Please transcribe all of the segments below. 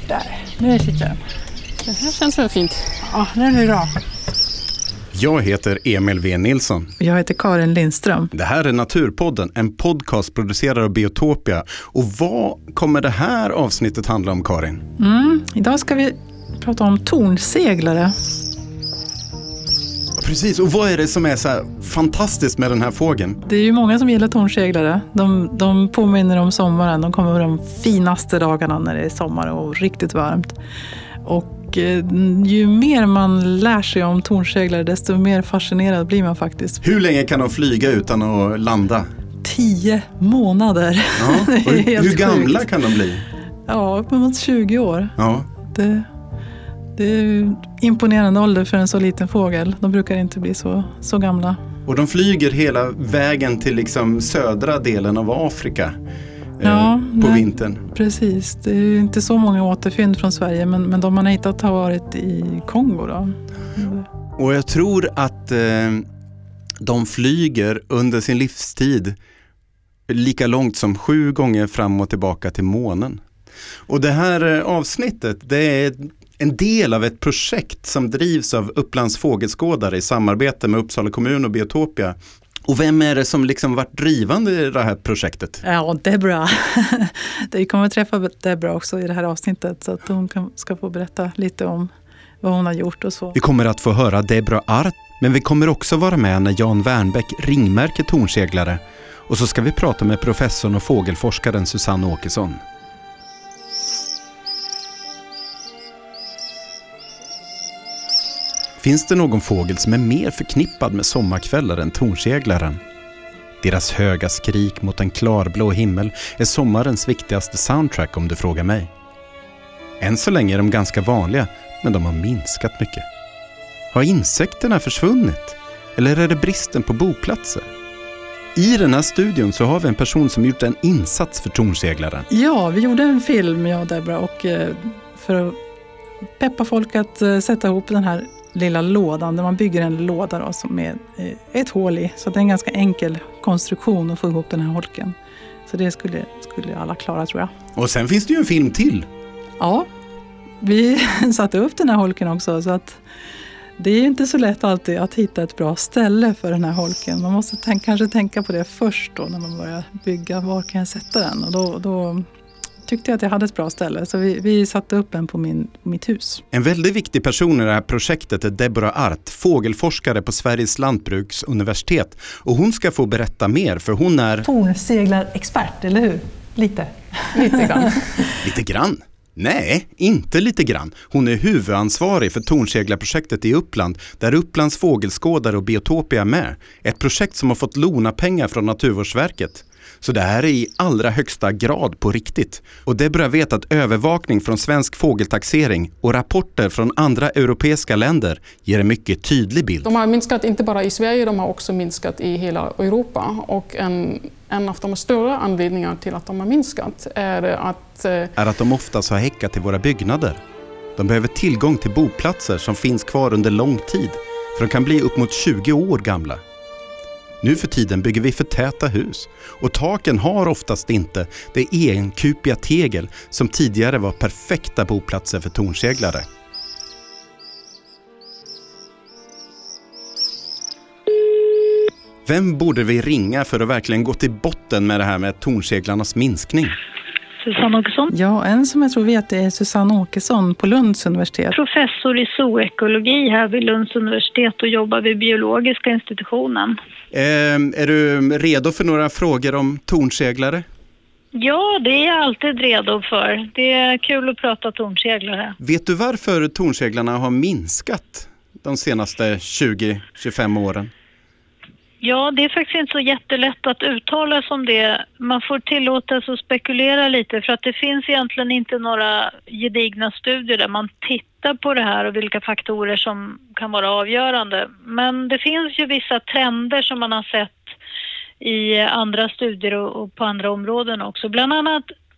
Där, nu sitter den. Det här känns så fint. Ja, nu är det bra. Jag heter Emil V. Nilsson. Jag heter Karin Lindström. Det här är Naturpodden, en podcast producerad av Biotopia. Och vad kommer det här avsnittet handla om, Karin? Idag ska vi prata om tornseglare. Precis, och vad är det som är så här fantastiskt med den här fågeln? Det är ju många som gillar tornseglare. De påminner om sommaren. De kommer de finaste dagarna när det är sommar och riktigt varmt. Och ju mer man lär sig om tornseglare, desto mer fascinerad blir man faktiskt. Hur länge kan de flyga utan att landa? 10 månader. Ja, och hur gamla sjukt. Kan de bli? Ja, uppemot 20 år. Ja. Det är imponerande ålder för en så liten fågel. De brukar inte bli så gamla. Och de flyger hela vägen till liksom södra delen av Afrika på vintern. Precis, det är ju inte så många återfynd från Sverige, men de man har hittat har varit i Kongo då. Och jag tror att de flyger under sin livstid lika långt som 7 gånger fram och tillbaka till månen. Och det här avsnittet, det är en del av ett projekt som drivs av Upplands fågelskådare i samarbete med Uppsala kommun och Biotopia. Och vem är det som liksom varit drivande i det här projektet? Ja, Debra. Vi kommer att träffa Debra också i det här avsnittet, så att hon ska få berätta lite om vad hon har gjort och så. Vi kommer att få höra Debra Art, men vi kommer också vara med när Jan Wernbäck ringmärker tornseglare. Och så ska vi prata med professorn och fågelforskaren Susanne Åkesson. Finns det någon fågel som är mer förknippad med sommarkvällar än tornseglaren? Deras höga skrik mot en klarblå himmel är sommarens viktigaste soundtrack om du frågar mig. Än så länge är de ganska vanliga, men de har minskat mycket. Har insekterna försvunnit? Eller är det bristen på boplatser? I den här studion så har vi en person som gjort en insats för tornseglaren. Ja, vi gjorde en film, jag och Debra, och för att peppa folk att sätta ihop den här lilla lådan, där man bygger en låda då, som är ett hål i. Så det är en ganska enkel konstruktion att få ihop den här holken. Så det skulle alla klara, tror jag. Och sen finns det ju en film till. Ja, vi satte upp den här holken också, så att det är ju inte så lätt alltid att hitta ett bra ställe för den här holken. Man måste kanske tänka på det först då, när man börjar bygga. Var kan jag sätta den? Och då tyckte jag att jag hade ett bra ställe, så vi satte upp den på mitt hus. En väldigt viktig person i det här projektet är Debra Art, fågelforskare på Sveriges lantbruksuniversitet. Och hon ska få berätta mer, för hon är tornseglarexpert, eller hur? Lite grann. Lite grann? Nej, inte lite grann. Hon är huvudansvarig för tornseglarprojektet i Uppland, där Upplands fågelskådare och Biotopia är med. Ett projekt som har fått låna pengar från Naturvårdsverket. Så det här är i allra högsta grad på riktigt. Och Debra vet att övervakning från svensk fågeltaxering och rapporter från andra europeiska länder ger en mycket tydlig bild. De har minskat inte bara i Sverige, de har också minskat i hela Europa. Och en av de större anledningarna till att de har minskat är att de oftast har häckat i våra byggnader. De behöver tillgång till boplatser som finns kvar under lång tid, för de kan bli upp mot 20 år gamla. Nu för tiden bygger vi för täta hus, och taken har oftast inte det enkupiga tegel som tidigare var perfekta boplatser för tornseglare. Vem borde vi ringa för att verkligen gå till botten med det här med tornseglarnas minskning? Susanne Åkesson. Ja, en som jag tror vet är Susanne Åkesson på Lunds universitet. Professor i zoekologi här vid Lunds universitet och jobbar vid biologiska institutionen. Är du redo för några frågor om tornseglare? Ja, det är jag alltid redo för. Det är kul att prata tornseglare. Vet du varför tornseglarna har minskat de senaste 20-25 åren? Ja, det är faktiskt inte så jättelätt att uttala sig om det. Man får tillåta sig att spekulera lite, för att det finns egentligen inte några gedigna studier där man tittar på det här och vilka faktorer som kan vara avgörande. Men det finns ju vissa trender som man har sett i andra studier och på andra områden också. Bland annat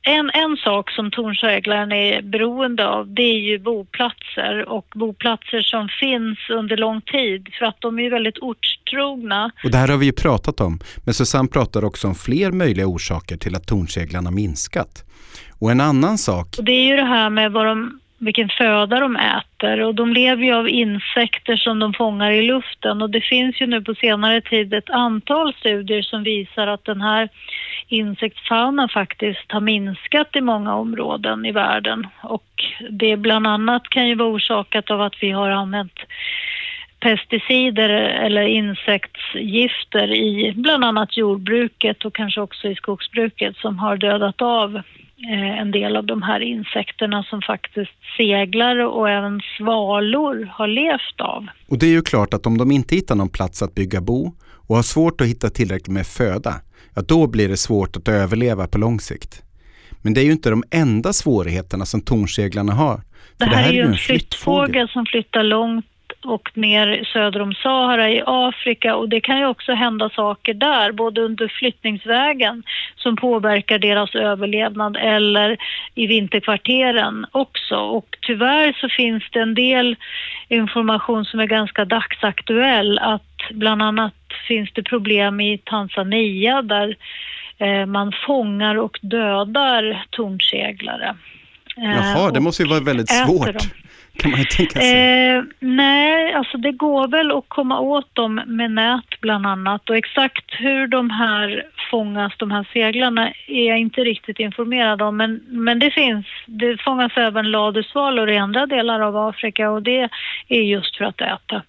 En sak som tornseglaren är beroende av, det är ju boplatser, och boplatser som finns under lång tid, för att de är väldigt ortstrogna. Och det här har vi ju pratat om, men Susanne pratar också om fler möjliga orsaker till att tornseglarna minskat. Och en annan sak... Och det är ju det här med vilken föda de äter, och de lever ju av insekter som de fångar i luften, och det finns ju nu på senare tid ett antal studier som visar att den här insektsfaunan faktiskt har minskat i många områden i världen, och det bland annat kan ju vara orsakat av att vi har använt pesticider eller insektsgifter i bland annat jordbruket och kanske också i skogsbruket, som har dödat av en del av de här insekterna som faktiskt seglar och även svalor har levt av. Och det är ju klart att om de inte hittar någon plats att bygga bo och har svårt att hitta tillräckligt med föda, ja då blir det svårt att överleva på lång sikt. Men det är ju inte de enda svårigheterna som tornseglarna har. Det här är ju en flyttfågel som flyttar långt och ner söder om Sahara i Afrika, och det kan ju också hända saker där, både under flyttningsvägen som påverkar deras överlevnad eller i vinterkvarteren också. Och tyvärr så finns det en del information som är ganska dagsaktuell, att bland annat finns det problem i Tanzania där man fångar och dödar tornseglare. Jaha, det måste ju vara väldigt svårt. Kan man ju tänka sig. Nej, alltså det går väl att komma åt dem med nät bland annat, och exakt hur de här fångas, de här seglarna, är jag inte riktigt informerad om, men det fångas även ladusvalor i andra delar av Afrika, och det är just för att äta.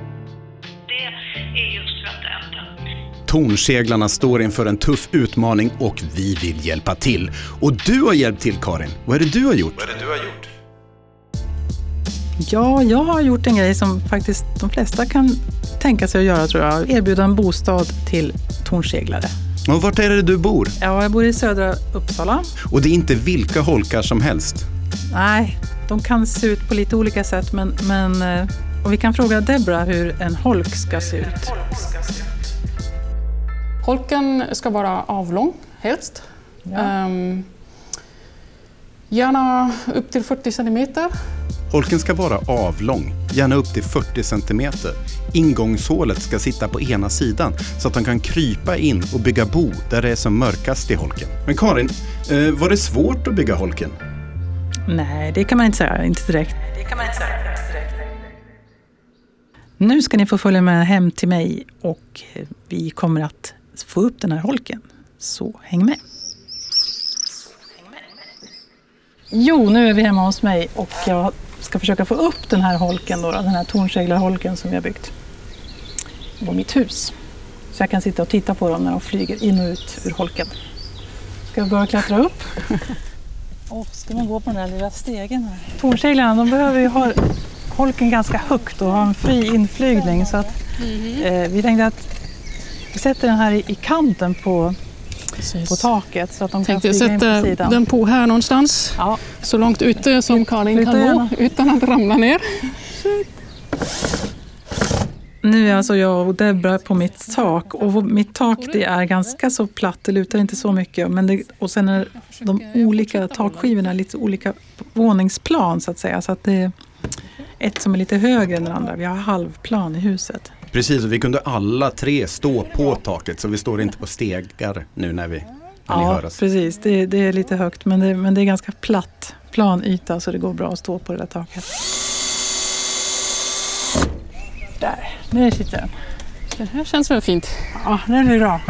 Tornseglarna står inför en tuff utmaning och vi vill hjälpa till. Och du har hjälpt till, Karin. Vad är det du har gjort? Ja, jag har gjort en grej som faktiskt de flesta kan tänka sig att göra, tror jag. Erbjuda en bostad till tornseglare. Och vart är det du bor? Ja, jag bor i södra Uppsala. Och det är inte vilka holkar som helst? Nej, de kan se ut på lite olika sätt, men och vi kan fråga Debra hur en holk ska se ut. Holken ska vara avlång, helst. Ja. Gärna upp till 40 centimeter. Holken ska vara avlång, gärna upp till 40 centimeter. Ingångshålet ska sitta på ena sidan så att de kan krypa in och bygga bo där det är som mörkast i holken. Men Karin, var det svårt att bygga holken? Nej, det kan man inte säga, inte direkt. Nu ska ni få följa med hem till mig och vi kommer att få upp den här holken. Så häng med. Jo, nu är vi hemma hos mig och jag ska försöka få upp den här holken då, den här tornseglarholken som jag byggt på mitt hus. Så jag kan sitta och titta på dem när de flyger in och ut ur holken. Ska vi börja klättra upp? Ska man gå på den här lilla stegen här? Tornseglarna, de behöver ju ha holken ganska högt och ha en fri inflygning, så att vi tänkte att vi sätter den här i kanten på taket så att de kan flyga in på sidan. Sätta den på här någonstans, så långt ute som Karin kan gå utan att ramla ner. Nu är alltså jag och Debra på mitt tak, och mitt tak det är ganska så platt, det lutar inte så mycket, men och sen är de olika takskivorna lite olika våningsplan så att säga, så att det är ett som är lite högre än den andra. Vi har halvplan i huset. Precis, och vi kunde alla tre stå på taket, så vi står inte på stegar nu när ni hör oss. Precis. Det är lite högt, men det är ganska platt planyta, så det går bra att stå på det där taket. Där, nu sitter den. Det här känns väl fint. Ja, det är bra.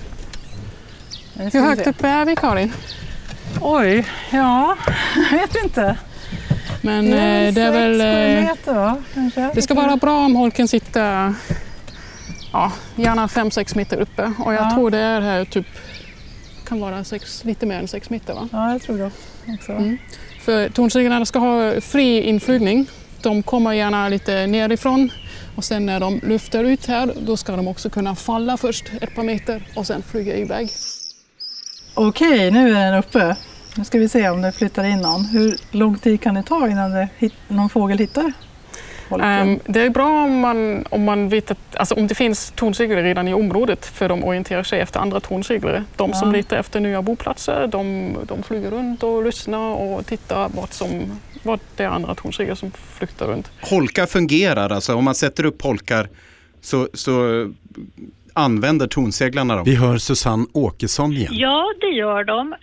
Hur högt upp är vi, Karin? Oj, ja, jag vet inte. Men det är väl... meter, va? Kanske. Det ska vara bra om holken sitter gärna 5-6 meter uppe. Och jag tror det är här typ kan vara lite mer än 6 meter, va? Ja, jag tror det också. För tornseglarna ska ha fri inflygning. De kommer gärna lite nerifrån. Och sen när de lyfter ut här, då ska de också kunna falla först ett par meter och sen flyga iväg. Okej, nu är den uppe. Nu ska vi se om det flyttar in någon. Hur lång tid kan det ta innan någon fågel hittar? holken? Det är bra om man vet att, alltså om det finns tornseglare redan i området, för de orienterar sig efter andra tornseglare. De som letar efter nya boplatser, de flyger runt och lyssnar och tittar vad det är andra tornseglare som flyktar runt. Holkar fungerar, alltså om man sätter upp holkar så använder tornseglarna dem. Vi hör Susanne Åkesson igen. Ja, det gör de.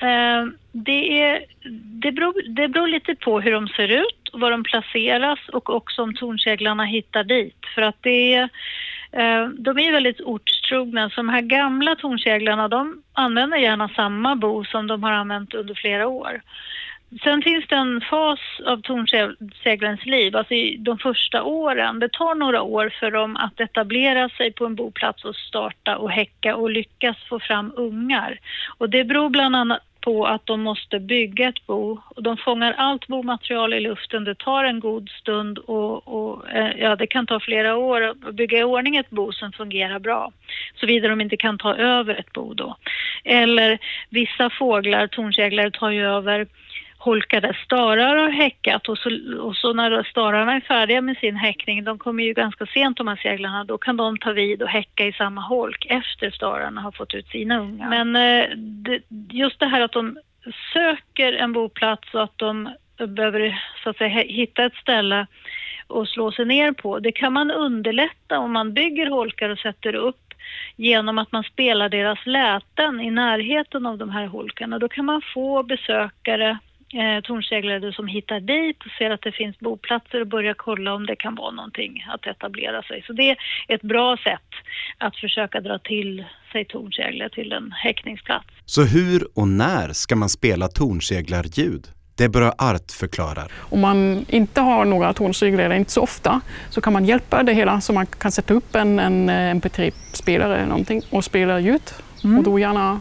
Det beror lite på hur de ser ut, var de placeras och också om tornseglarna hittar dit. För att de är väldigt ortstrogna. Så de här gamla tornseglarna, de använder gärna samma bo som de har använt under flera år. Sen finns det en fas av tornseglarens liv, alltså i de första åren. Det tar några år för dem att etablera sig på en boplats och starta och häcka och lyckas få fram ungar. Och det beror bland annat på att de måste bygga ett bo. Och de fångar allt bomaterial i luften. Det tar en god stund och det kan ta flera år att bygga i ordning ett bo som fungerar bra. Såvida de inte kan ta över ett bo då. Eller vissa fåglar, tornseglare, tar ju över holkar där starar har häckat och så när stararna är färdiga med sin häckning, de kommer ju ganska sent de här seglarna, då kan de ta vid och häcka i samma holk efter stararna har fått ut sina unga. Men just det här att de söker en boplats och att de behöver så att säga hitta ett ställe och slå sig ner på, det kan man underlätta om man bygger holkar och sätter upp genom att man spelar deras läten i närheten av de här holkarna. Då kan man få besökare, tornseglare som hittar dit och ser att det finns boplatser och börjar kolla om det kan vara någonting att etablera sig. Så det är ett bra sätt att försöka dra till sig tornseglare till en häckningsplats. Så hur och när ska man spela tornseglarljud? Deborah Art förklarar. Om man inte har några tornseglare, inte så ofta, så kan man hjälpa det hela, så man kan sätta upp en MP3-spelare eller någonting och spela ljud. Och då gärna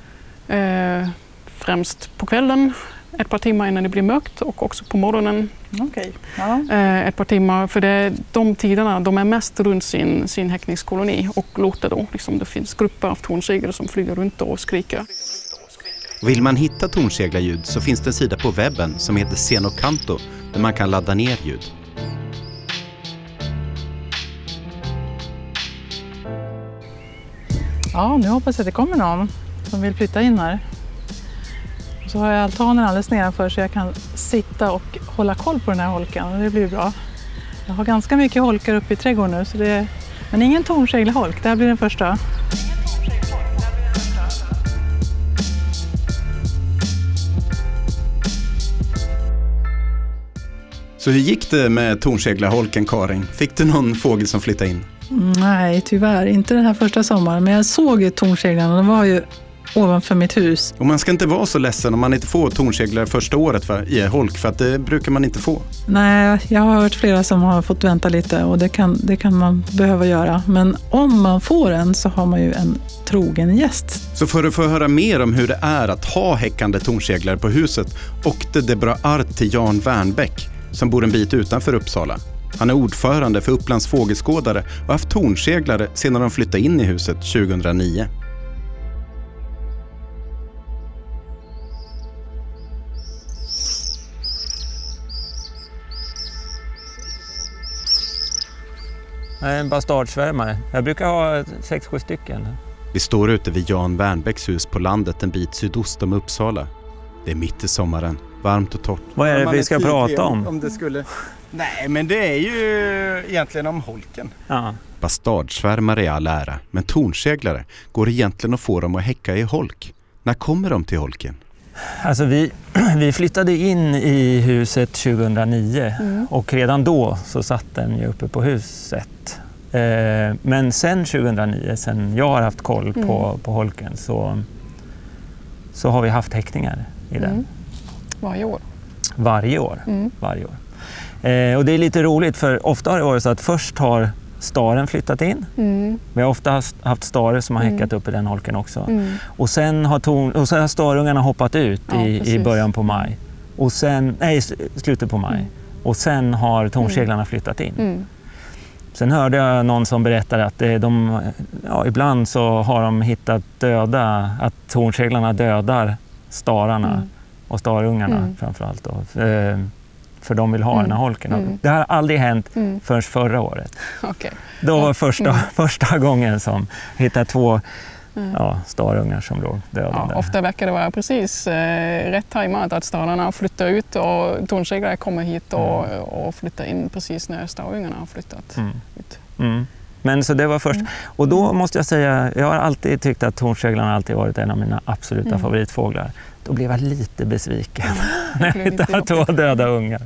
främst på kvällen, ett par timmar innan det blir mörkt, och också på morgonen. Okay. Ja. Ett par timmar, för de tiderna de är mest runt sin häckningskoloni och låter då. Liksom, det finns grupper av tornseglare som flyger runt och skriker. Vill man hitta tornseglarljud så finns det en sida på webben som heter Senokanto där man kan ladda ner ljud. Ja, nu hoppas jag att det kommer någon som vill flytta in här. Så har jag altanen alldeles nedanför så jag kan sitta och hålla koll på den här holken, och det blir bra. Jag har ganska mycket holkar uppe i trädgården nu, men ingen tornseglarholk, det här blir den första. Så hur gick det med tornseglarholken, Karin? Fick du någon fågel som flyttade in? Nej, tyvärr. Inte den här första sommaren. Men jag såg ju tornseglarna. De var ju ovanför mitt hus. Och man ska inte vara så ledsen om man inte får tornseglar första året i holk. För att det brukar man inte få. Nej, jag har hört flera som har fått vänta lite. Och det kan man behöva göra. Men om man får en så har man ju en trogen gäst. Så för att få höra mer om hur det är att ha häckande tornseglar på huset, åkte Deborah Art till Jan Wernbäck, som bor en bit utanför Uppsala. Han är ordförande för Upplands fågelskådare och har haft tornseglare sedan de flyttade in i huset 2009. En bastardsvärmare. Jag brukar ha 6-7 stycken. Vi står ute vid Jan Wernbäcks hus på landet en bit sydost om Uppsala. Det är mitt i sommaren, varmt och torrt. Vad är det vi ska prata om? Det skulle... Nej, men det är ju egentligen om holken. Ja. Bastardsvärmare är all ära, men tornseglare går egentligen att få dem att häcka i holk. När kommer de till holken? Alltså vi flyttade in i huset 2009 och redan då så satt den ju uppe på huset. Men sen 2009, sen jag har haft koll på holken, så har vi haft häckningar i den. Varje år. Varje år. Och det är lite roligt, för ofta har det varit så att först har staren flyttat in. Vi har ofta haft starer som har häckat upp i den holken också. Och sen har starungarna hoppat ut i början på maj. Och slutet på maj. Och sen har tornseglarna flyttat in. Sen hörde jag någon som berättade att ibland så har de hittat att tornseglarna dödar stararna och starungarna framförallt då. för de vill ha den här holken. Det har aldrig hänt förrän förra året. Okay. Då var första gången som hittade 2 starungar som låg döda. Ja, ofta verkar det vara precis rätt tajmat att stararna flyttar ut och tornseglare kommer hit och flyttar in precis när starungarna har flyttat ut. Men så det var först. Och då måste jag säga, jag har alltid tyckt att tornseglarna alltid varit en av mina absoluta favoritfåglar. Då blev jag lite besviken när jag hittade 2 döda ungar.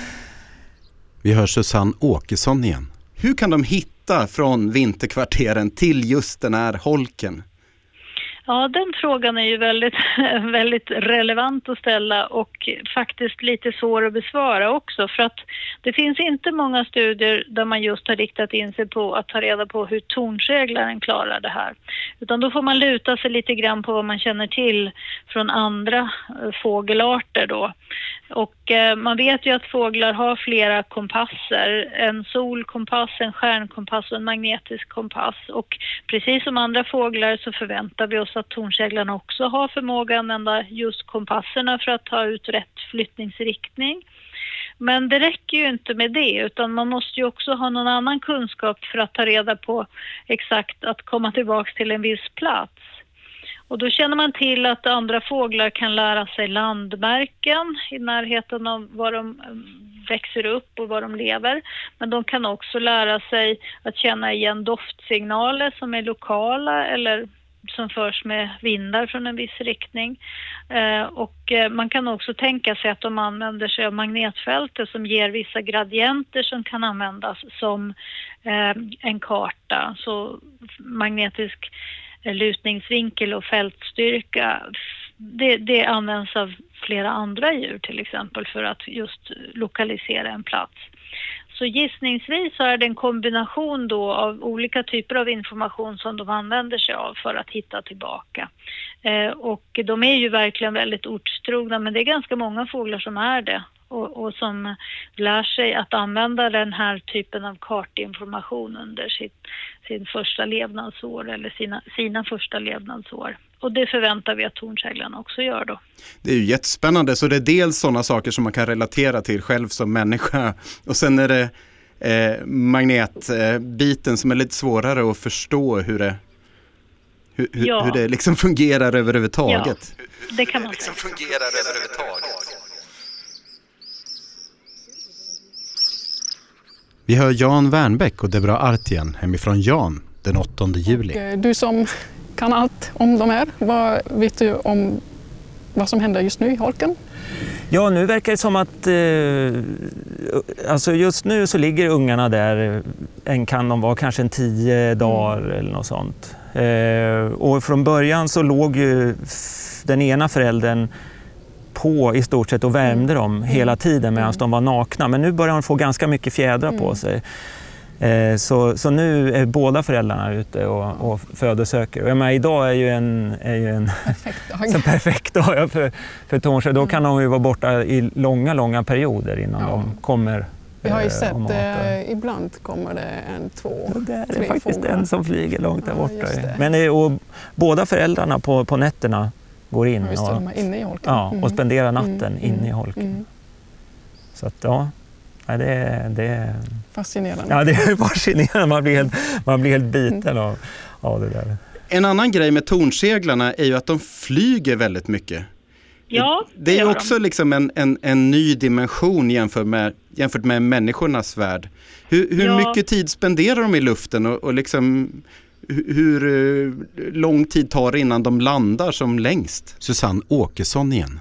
Vi hör Susanne Åkesson igen. Hur kan de hitta från vinterkvarteren till just den här holken? Ja, den frågan är ju väldigt, väldigt relevant att ställa och faktiskt lite svår att besvara också. För att det finns inte många studier där man just har riktat in sig på att ta reda på hur tornseglaren klarar det här. Utan då får man luta sig lite grann på vad man känner till från andra fågelarter då. Och man vet ju att fåglar har flera kompasser, en solkompass, en stjärnkompass och en magnetisk kompass. Och precis som andra fåglar så förväntar vi oss att tornseglarna också har förmåga att använda just kompasserna för att ta ut rätt flyttningsriktning. Men det räcker ju inte med det, utan man måste ju också ha någon annan kunskap för att ta reda på exakt att komma tillbaka till en viss plats. Och då känner man till att andra fåglar kan lära sig landmärken i närheten av var de växer upp och var de lever. Men de kan också lära sig att känna igen doftsignaler som är lokala eller som förs med vindar från en viss riktning. Och man kan också tänka sig att de använder sig av magnetfältet som ger vissa gradienter som kan användas som en karta. Så magnetisk lutningsvinkel och fältstyrka, det används av flera andra djur till exempel för att just lokalisera en plats. Så gissningsvis så är det en kombination då av olika typer av information som de använder sig av för att hitta tillbaka. Och de är ju verkligen väldigt ortstrogna, men det är ganska många fåglar som är det. Och som lär sig att använda den här typen av kartinformation under sin första levnadsår eller sina första levnadsår. Och det förväntar vi att tornseglarna också gör då. Det är ju jättespännande, så det är dels sådana saker som man kan relatera till själv som människa. Och sen är det magnetbiten som är lite svårare att förstå hur det liksom fungerar överhuvudtaget. Ja, det kan man säga. Vi hör Jan Wernbäck och Debra Artien hemifrån Jan den 8 juli. Och du som kan allt om de här, vad vet du om vad som händer just nu i holken? Ja, nu verkar det som att alltså just nu så ligger ungarna där, kan de vara kanske 10 dagar eller något sånt. Och från början så låg ju den ena föräldern på i stort sett och värmde dem hela tiden medan de var nakna. Men nu börjar de få ganska mycket fjädrar på sig. Så nu är båda föräldrarna ute och födosöker. Jag menar, idag är ju en perfekt dag för tornseglar. Då kan de ju vara borta i långa perioder innan de kommer. Vi har ju sett, ibland kommer det 2, 3 det är faktiskt fåglar. En som flyger långt där borta. Men och båda föräldrarna på nätterna går in inne i holken. Och spenderar natten inne i holken. Så att det är fascinerande. Ja, det är fascinerande. Man blir helt biten av det där. En annan grej med tornseglarna är ju att de flyger väldigt mycket. Ja, det är ju också liksom en ny dimension jämfört med människornas värld. Hur mycket tid spenderar de i luften och liksom hur lång tid tar det innan de landar som längst? Susanne Åkesson igen.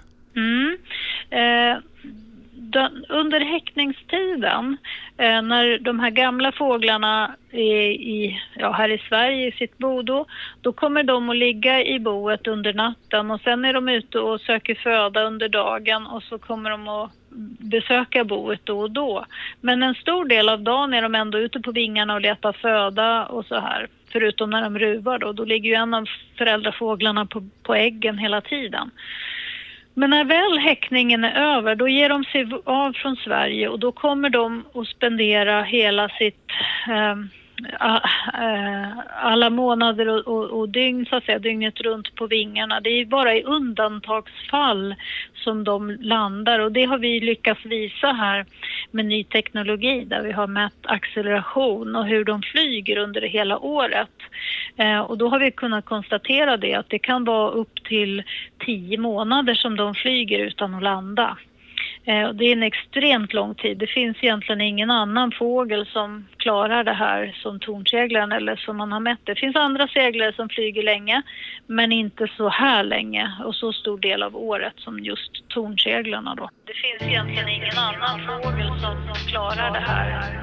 Under häckningstiden, när de här gamla fåglarna är här i Sverige i sitt bo, då kommer de att ligga i boet under natten och sen är de ute och söker föda under dagen och så kommer de att besöka boet då och då. Men en stor del av dagen är de ändå ute på vingarna och letar föda och så här. Förutom när de ruvar då ligger ju en av föräldrafåglarna på äggen hela tiden. Men när väl häckningen är över, då ger de sig av från Sverige och då kommer de att spendera hela alla månader och dygn, så att säga, dygnet runt på vingarna. Det är bara i undantagsfall som de landar, och det har vi lyckats visa här med ny teknologi där vi har mätt acceleration och hur de flyger under hela året. Och då har vi kunnat konstatera det, att det kan vara upp till 10 månader som de flyger utan att landa. Det är en extremt lång tid. Det finns egentligen ingen annan fågel som klarar det här som tornseglaren eller som man har mätt. Det finns andra seglare som flyger länge, men inte så här länge och så stor del av året som just tornseglarna då. Det finns egentligen ingen annan fågel som klarar det här.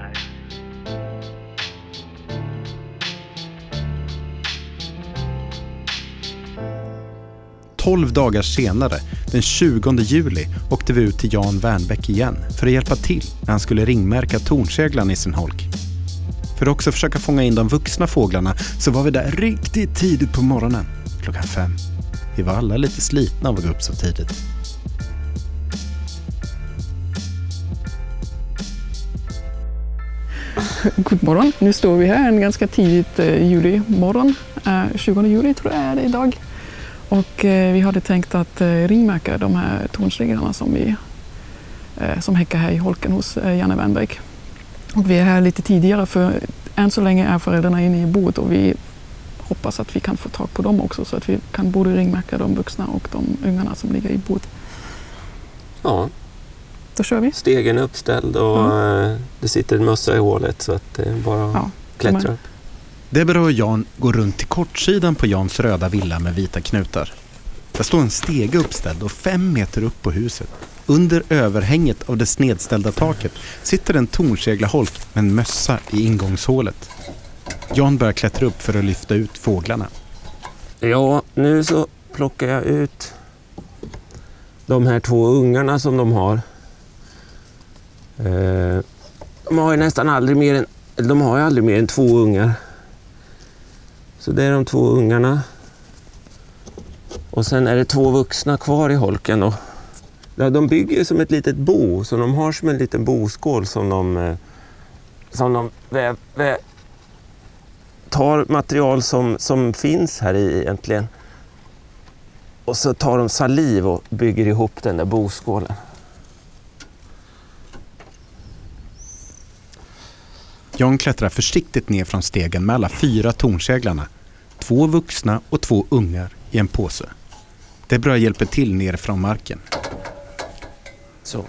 12 dagar senare, den 20 juli, åkte vi ut till Jan Wernbäck igen för att hjälpa till när han skulle ringmärka tornseglarna i sin holk. För att också försöka fånga in de vuxna fåglarna så var vi där riktigt tidigt på morgonen, klockan 5. Vi var alla lite slitna av att gå upp så tidigt. God morgon. Nu står vi här en ganska tidigt julimorgon. 20 juli tror jag är det idag. Och vi hade tänkt att ringmärka de här tornseglarna som häckar här i holken hos Janne Wernbäck. Och vi är här lite tidigare för än så länge är föräldrarna inne i boet och vi hoppas att vi kan få tag på dem också så att vi kan både ringmärka de vuxna och de ungarna som ligger i boet. Ja. Då kör vi. Stegen är uppställd och det sitter en mössa i hålet så att det är bara att klättra upp. Deborah och Jan går runt till kortsidan på Jans röda villa med vita knutar. Där står en stege uppställd och 5 meter upp på huset. Under överhänget av det snedställda taket sitter en tornseglarholk med en mössa i ingångshålet. Jan börjar klättra upp för att lyfta ut fåglarna. Ja, nu så plockar jag ut de här 2 ungarna som de har. De har ju nästan aldrig mer än 2 ungar. Så det är de 2 ungarna. Och sen är det 2 vuxna kvar i holken. Och de bygger som ett litet bo. Så de har som en liten boskål som de tar material som finns här i egentligen. Och så tar de saliv och bygger ihop den där boskålen. Jan klättrar försiktigt ner från stegen med alla 4 tornseglarna. 2 vuxna och 2 ungar i en påse. Deborah hjälper till ner från marken. Så.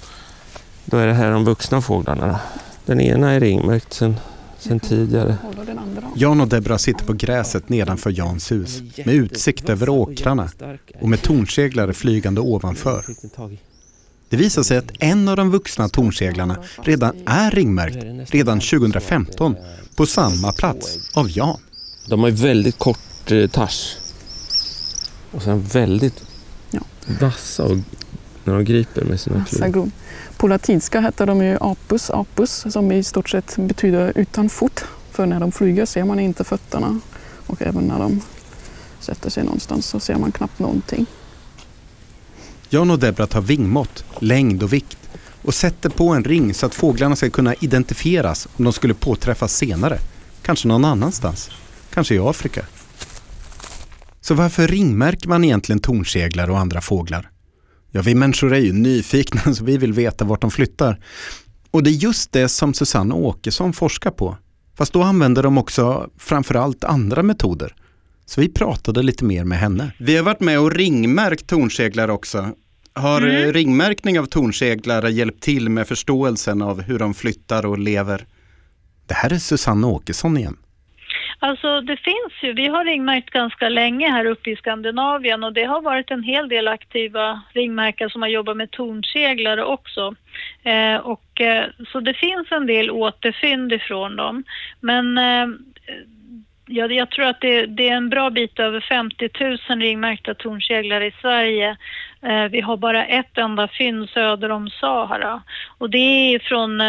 Då är det här de vuxna fåglarna då. Den ena är ringmärkt sen tidigare. Jan och Deborah sitter på gräset nedanför Jans hus med utsikt över åkrarna och med tornseglare flygande ovanför. Det visar sig att en av de vuxna tornseglarna redan är ringmärkt redan 2015 på samma plats av Jan. De har ju väldigt kort tars. Och sen väldigt vassa och när de griper med sina klor. På latinska heter de ju apus som i stort sett betyder utan fot. För när de flyger ser man inte fötterna och även när de sätter sig någonstans så ser man knappt någonting. Jan och Deborah tar vingmått, längd och vikt och sätter på en ring så att fåglarna ska kunna identifieras om de skulle påträffas senare. Kanske någon annanstans. Kanske i Afrika. Så varför ringmärker man egentligen tornseglar och andra fåglar? Ja, vi människor är ju nyfikna så vi vill veta vart de flyttar. Och det är just det som Susanne Åkesson forskar på. Fast då använder de också framförallt andra metoder. Så vi pratade lite mer med henne. Vi har varit med och ringmärkt tornseglar också. Har ringmärkning av tornseglar hjälpt till med förståelsen av hur de flyttar och lever? Det här är Susanne Åkesson igen. Alltså det finns ju, vi har ringmärkt ganska länge här uppe i Skandinavien och det har varit en hel del aktiva ringmärkare som har jobbat med tornseglare också. Så det finns en del återfynd ifrån dem. Men jag tror att det är en bra bit över 50 000 ringmärkta tornseglare i Sverige. Vi har bara ett enda fynd söder om Sahara och det är från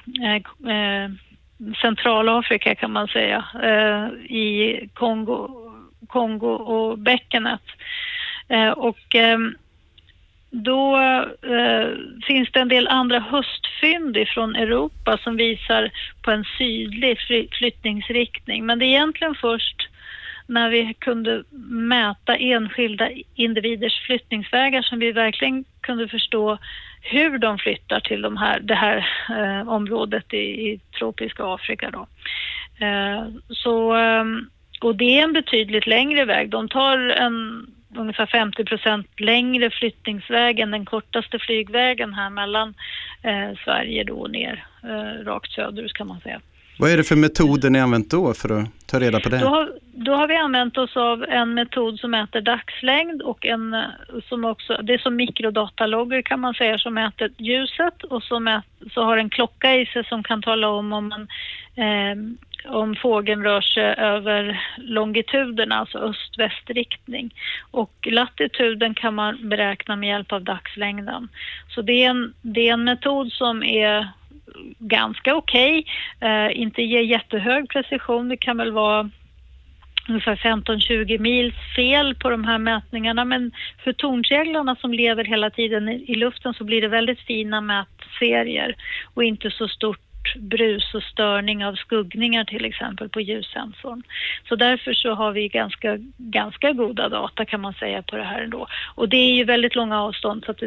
Centralafrika kan man säga, i Kongo och bäckenet. då finns det en del andra höstfynd från Europa som visar på en sydlig flyttningsriktning. Men det är egentligen först när vi kunde mäta enskilda individers flyttningsvägar som vi verkligen kunde förstå hur de flyttar till det här området i tropiska Afrika då. Och det är en betydligt längre väg. De tar ungefär 50% längre flyttningsväg än den kortaste flygvägen här mellan Sverige då ner rakt söderut kan man säga. Vad är det för metoder ni använt då för att ta reda på det? Då har vi använt oss av en metod som mäter dagslängd och det är som mikrodatalogger kan man säga som mäter ljuset och så har en klocka i sig som kan tala om fågeln rör sig över longituderna, alltså öst-västriktning. Och latituden kan man beräkna med hjälp av dagslängden. Så det är en metod som är ganska okej. Inte ger jättehög precision. Det kan väl vara ungefär 15-20 mils fel på de här mätningarna. Men för tornseglarna som lever hela tiden i luften så blir det väldigt fina mätserier och inte så stort brus och störning av skuggningar till exempel på ljussensorn. Så därför så har vi ganska goda data kan man säga på det här ändå. Och det är ju väldigt långa avstånd så att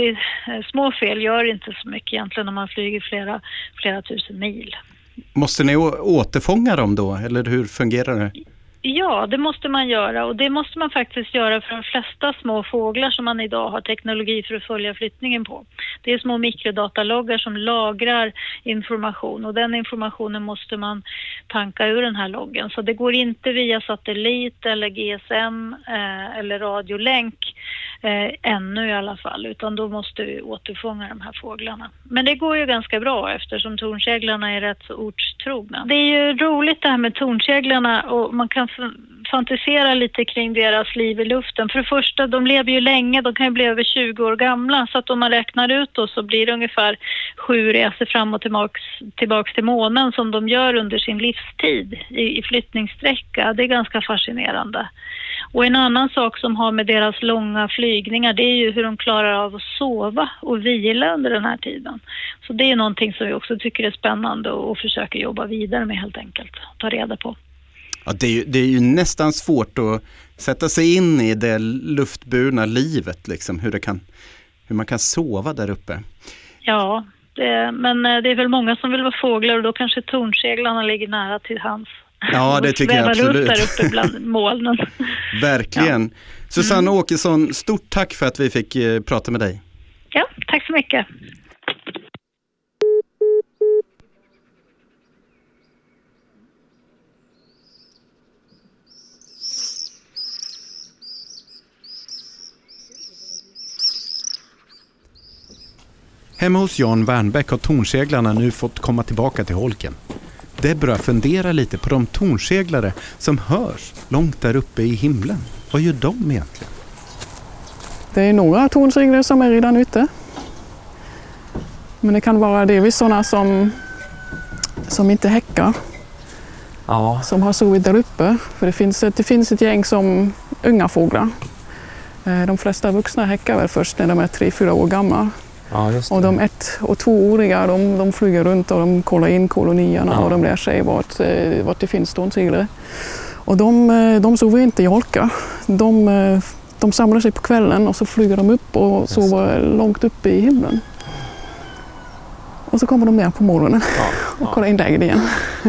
små fel gör inte så mycket egentligen när man flyger flera tusen mil. Måste ni återfånga dem då eller hur fungerar det? Ja, det måste man göra och det måste man faktiskt göra för de flesta små fåglar som man idag har teknologi för att följa flyttningen på. Det är små mikrodataloggar som lagrar information och den informationen måste man tanka ur den här loggen. Så det går inte via satellit eller GSM eller radiolänk ännu i alla fall utan då måste vi återfånga de här fåglarna. Men det går ju ganska bra eftersom tornseglarna är rätt så ortstrogna. Det är ju roligt det här med tornseglarna och man kan fantisera lite kring deras liv i luften. För det första, de lever ju länge, de kan ju bli över 20 år gamla så att om man räknar ut då så blir det ungefär 7 resor fram och tillbaks till månen som de gör under sin livstid i flyttningssträcka. Det är ganska fascinerande. Och en annan sak som har med deras långa flygningar det är ju hur de klarar av att sova och vila under den här tiden. Så det är någonting som vi också tycker är spännande och försöker jobba vidare med helt enkelt. Ta reda på. Ja, det är ju nästan svårt att sätta sig in i det luftburna livet, liksom, hur man kan sova där uppe. Ja, men det är väl många som vill vara fåglar och då kanske tornseglarna ligger nära till hands. Ja, det tycker jag absolut. Där uppe bland molnen. Verkligen. Ja. Susanne Åkesson, stort tack för att vi fick prata med dig. Ja, tack så mycket. Hemma hos Jan Wernbäck har tornseglarna nu fått komma tillbaka till holken. Debra funderar lite på de tornseglare som hörs långt där uppe i himlen. Vad gör de egentligen? Det är några tornseglare som är redan ute. Men det kan vara delvis sådana som inte häckar. Ja. Som har sovit där uppe. För det finns ett gäng som unga fåglar. De flesta vuxna häckar väl först när de är 3-4 år gamla. Ja, just det. Och de 1- och 2-åriga de flyger runt och de kollar in kolonierna och de lär sig vart det finns tornseglare. Och de sover inte i holkar. De samlar sig på kvällen och så flyger de upp och sover långt uppe i himlen. Och så kommer de ner på morgonen och kollar in läget igen.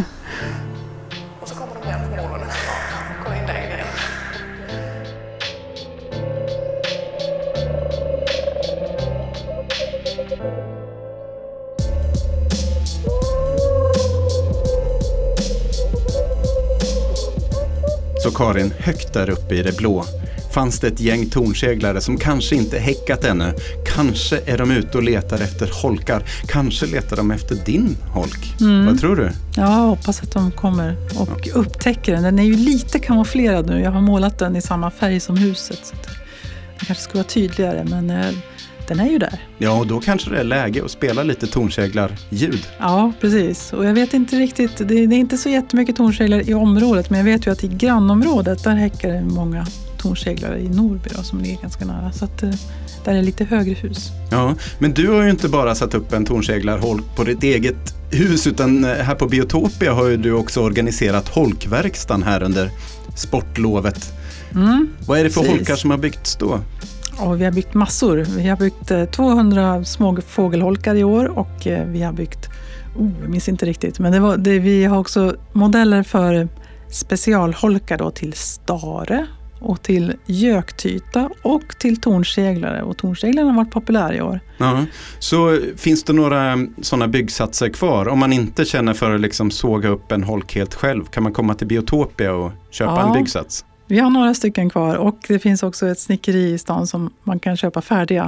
Så Karin, högt där uppe i det blå fanns det ett gäng tornseglare som kanske inte häckat ännu. Kanske är de ute och letar efter holkar. Kanske letar de efter din holk. Vad tror du? Ja, jag hoppas att de kommer och upptäcker den. Den är ju lite kamouflerad nu. Jag har målat den i samma färg som huset. Så det kanske ska vara tydligare, men den är ju där. Ja, och då kanske det är läge att spela lite tornseglar-ljud. Ja, precis. Och jag vet inte riktigt, det är inte så jättemycket tornseglar i området, men jag vet ju att i grannområdet där häckar det många tornseglare i Norrby då, som ligger ganska nära. Så att där är lite högre hus. Ja, men du har ju inte bara satt upp en tornseglarholk på ditt eget hus, utan här på Biotopia har ju du också organiserat holkverkstan här under sportlovet. Vad är det för holkar som har byggts då? Och vi har byggt massor. Vi har byggt 200 små fågelholkar i år och vi har byggt, jag minns inte riktigt, men vi har också modeller för specialholkar då till stare och till göktyta och till tornseglare. Och tornseglarna har varit populär i år. Ja, så finns det några sådana byggsatser kvar? Om man inte känner för att liksom såga upp en holk helt själv, kan man komma till Biotopia och köpa en byggsats? Vi har några stycken kvar och det finns också ett snickeri i stan som man kan köpa färdiga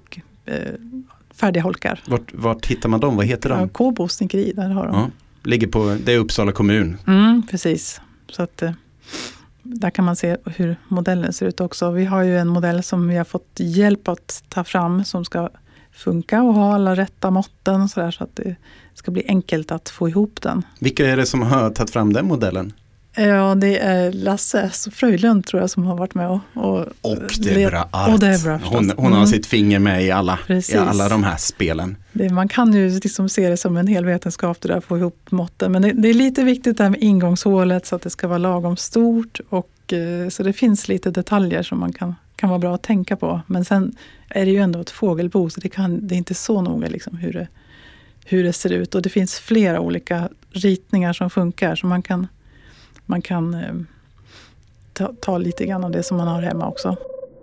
holkar. Vart hittar man dem? Vad heter de? Kåbo snickeri, där har de. Ja, det är Uppsala kommun. Precis. Så att där kan man se hur modellen ser ut också. Vi har ju en modell som vi har fått hjälp att ta fram som ska funka och ha alla rätta måtten och sådär, så att det ska bli enkelt att få ihop den. Vilka är det som har tagit fram den modellen? Ja, det är Lasse Fröjlund tror jag som har varit med och Debra Art. Och Debra, hon har sitt finger med i alla de här spelen. Man kan ju liksom se det som en hel vetenskap det där, att få ihop måtten. Men det är lite viktigt där med ingångshålet så att det ska vara lagom stort. Och, så det finns lite detaljer som man kan vara bra att tänka på. Men sen är det ju ändå ett fågelbo, så det är inte så noga liksom hur det ser ut. Och det finns flera olika ritningar som funkar, så man kan ta lite grann av det som man har hemma också.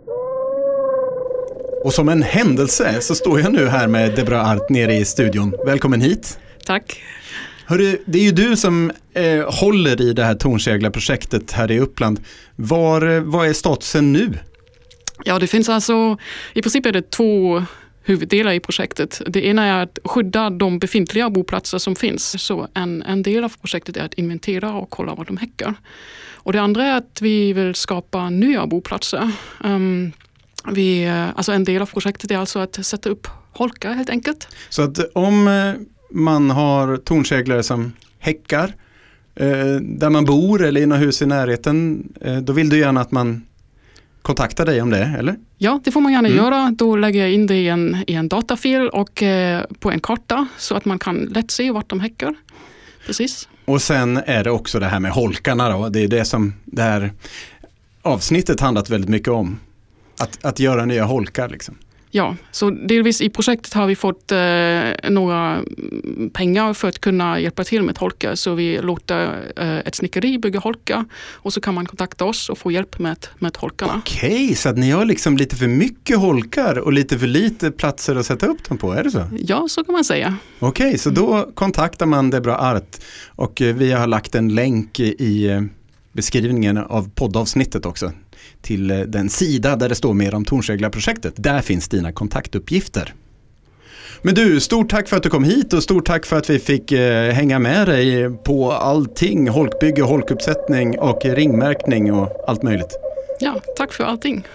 Och som en händelse så står jag nu här med Debra Art nere i studion. Välkommen hit. Tack. Hörru, det är ju du som håller i det här tornseglarprojektet här i Uppland. Vad är statusen nu? Ja, det finns alltså, i princip är det 2 huvuddelar i projektet. Det ena är att skydda de befintliga boplatser som finns. Så en del av projektet är att inventera och kolla var de häckar. Och det andra är att vi vill skapa nya boplatser. Alltså en del av projektet är alltså att sätta upp holkar helt enkelt. Så att om man har tornseglare som häckar där man bor eller i något hus i närheten, då vill du gärna att man kontaktar dig om det, eller? Ja, det får man gärna göra. Då lägger jag in det i en datafil och på en karta så att man kan lätt se vart de häckar. Precis. Och sen är det också det här med holkarna då. Det är det som det här avsnittet handlat väldigt mycket om. Att göra nya holkar liksom. Ja, så delvis i projektet har vi fått några pengar för att kunna hjälpa till med holkar. Så vi låter ett snickeri bygga holkar och så kan man kontakta oss och få hjälp med holkarna. Okej, så att ni har liksom lite för mycket holkar och lite för lite platser att sätta upp dem på, är det så? Ja, så kan man säga. Okej, så då kontaktar man Debra Art och vi har lagt en länk i beskrivningen av poddavsnittet också till den sida där det står mer om tornseglarprojektet. Där finns dina kontaktuppgifter. Men du, stort tack för att du kom hit och stort tack för att vi fick hänga med dig på allting. Holkbygge, holkuppsättning och ringmärkning och allt möjligt. Ja, tack för allting.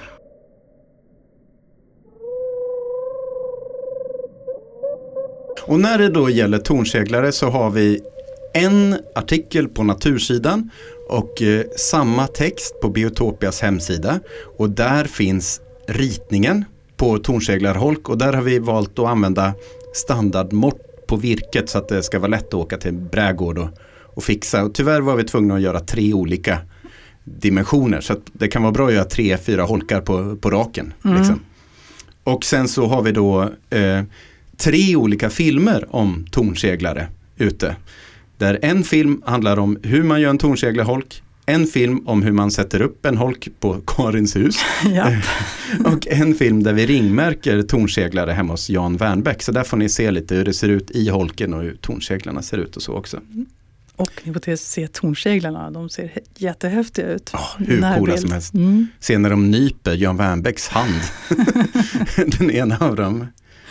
Och när det då gäller tornseglare så har vi en artikel på Natursidan och samma text på Biotopias hemsida. Och där finns ritningen på tornseglarholk och där har vi valt att använda standardmått på virket så att det ska vara lätt att åka till brädgård och fixa. Och tyvärr var vi tvungna att göra 3 olika dimensioner så att det kan vara bra att göra 3-4 holkar på raken. Liksom. Och sen så har vi då 3 olika filmer om tornseglare ute. Där en film handlar om hur man gör en tornseglarholk, en film om hur man sätter upp en holk på Karins hus och en film där vi ringmärker tornseglare hemma hos Jan Wernbäck. Så där får ni se lite hur det ser ut i holken och hur tornseglarna ser ut och så också. Och ni får se tornseglarna, de ser jättehäftiga ut. Hur coola som helst. Se när de nyper Jan Wernbäcks hand. Den ena av dem.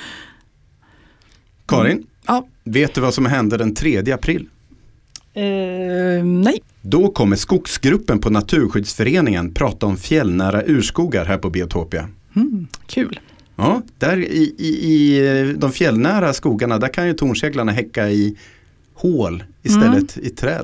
Karin, vet du vad som händer den 3 april? Nej. Då kommer Skogsgruppen på Naturskyddsföreningen prata om fjällnära urskogar här på Biotopia. Kul. Ja, där i de fjällnära skogarna där kan ju tornseglarna häcka i hål istället i träd.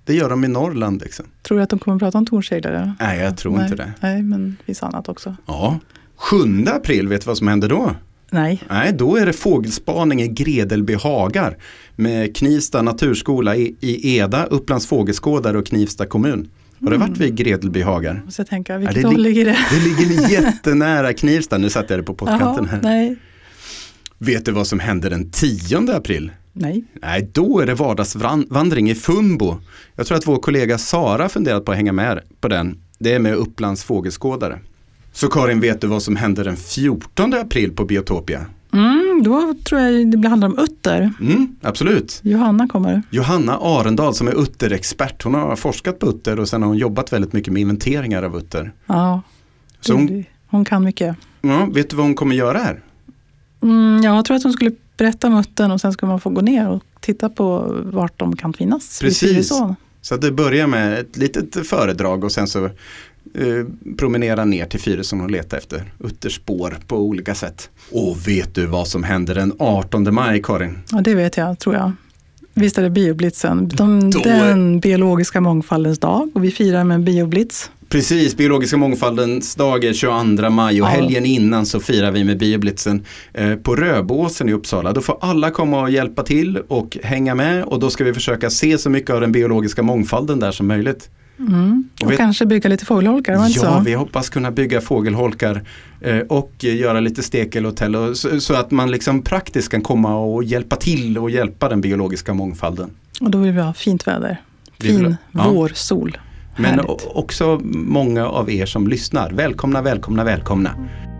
Det gör de i Norrland. Liksom. Tror du att de kommer att prata om tornseglare? Nej, jag tror inte det. Nej, men det finns annat också. Ja. 7 april, vet du vad som händer då? Nej, då är det fågelspaning i Gredelby hagar med Knivsta naturskola i Eda, Upplands fågelskådare och Knivsta kommun. Har du varit vid Gredelby hagar? måste jag tänka, vilket håll ligger det? Det ligger jättenära Knivsta. Nu satte jag det på pottkanten här. Nej. Vet du vad som händer den 10 april? Nej, Då är det vardagsvandring i Funbo. Jag tror att vår kollega Sara funderat på att hänga med på den. Det är med Upplands fågelskådare. Så Karin, vet du vad som händer den 14 april på Biotopia? Då tror jag det handlar om utter. Absolut. Johanna kommer. Johanna Arendal som är utterexpert. Hon har forskat på utter och sen har hon jobbat väldigt mycket med inventeringar av utter. Ja, Så hon kan mycket. Ja, vet du vad hon kommer göra här? Jag tror att hon skulle berätta om uttern och sen ska man få gå ner och titta på vart de kan finnas. Precis. Så att det börjar med ett litet föredrag och sen så promenera ner till Fyrisån och leta efter utterspår på olika sätt. Och vet du vad som händer den 18 maj, Karin? Ja, det vet jag, tror jag. Visst är det bioblitzen. Den biologiska mångfaldens dag och vi firar med bioblitz. Precis, biologiska mångfaldens dag är 22 maj och helgen innan så firar vi med bioblitzen på Röbåsen i Uppsala. Då får alla komma och hjälpa till och hänga med och då ska vi försöka se så mycket av den biologiska mångfalden där som möjligt. Och kanske bygga lite fågelholkar, var det inte så? Ja, vi hoppas kunna bygga fågelholkar och göra lite stekelhotell så att man liksom praktiskt kan komma och hjälpa till och hjälpa den biologiska mångfalden. Och då vill vi ha fint väder. Vårsol. Men härligt. också många av er som lyssnar. Välkomna, välkomna, välkomna.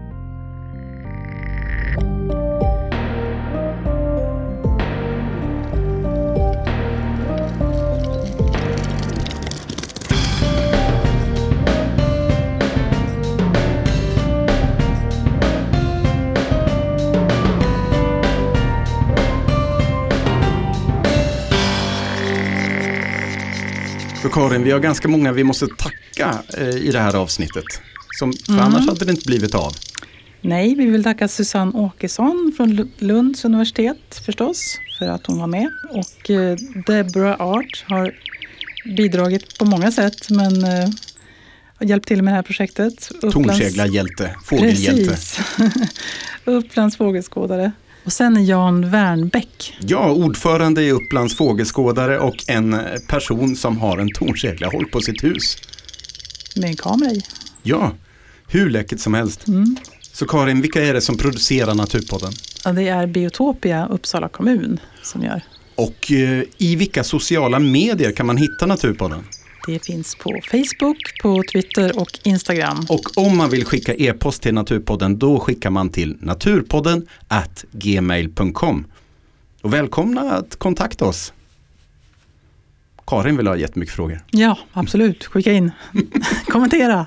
Karin, vi har ganska många vi måste tacka i det här avsnittet. För annars hade det inte blivit av. Nej, vi vill tacka Susanne Åkesson från Lunds universitet förstås för att hon var med. Och Deborah Art har bidragit på många sätt men har hjälpt till med det här projektet. Tornseglarhjälte, fågelhjälte. Precis. Upplands fågelskådare. Och sen är Jan Wernbäck. Ja, ordförande i Upplands fågelskådare och en person som har en tornseglarhåll på sitt hus. Med en kamera i. Ja, hur läckert som helst. Så Karin, vilka är det som producerar Naturpodden? Ja, det är Biotopia, Uppsala kommun som gör. Och i vilka sociala medier kan man hitta Naturpodden? Det finns på Facebook, på Twitter och Instagram. Och om man vill skicka e-post till Naturpodden, då skickar man till naturpodden@gmail.com. Och välkomna att kontakta oss. Karin vill ha jättemycket frågor. Ja, absolut. Skicka in. Kommentera.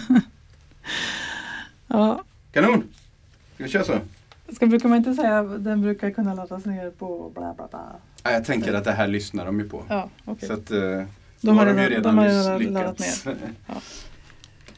Ja. Kanon! Ska vi köra så? Brukar man inte säga den brukar kunna laddas ner på bla bla bla? Ja, jag tänker att det här lyssnar de ju på. Ja, okej. Så att De har ju redan lyckats. laddat ner. Ja.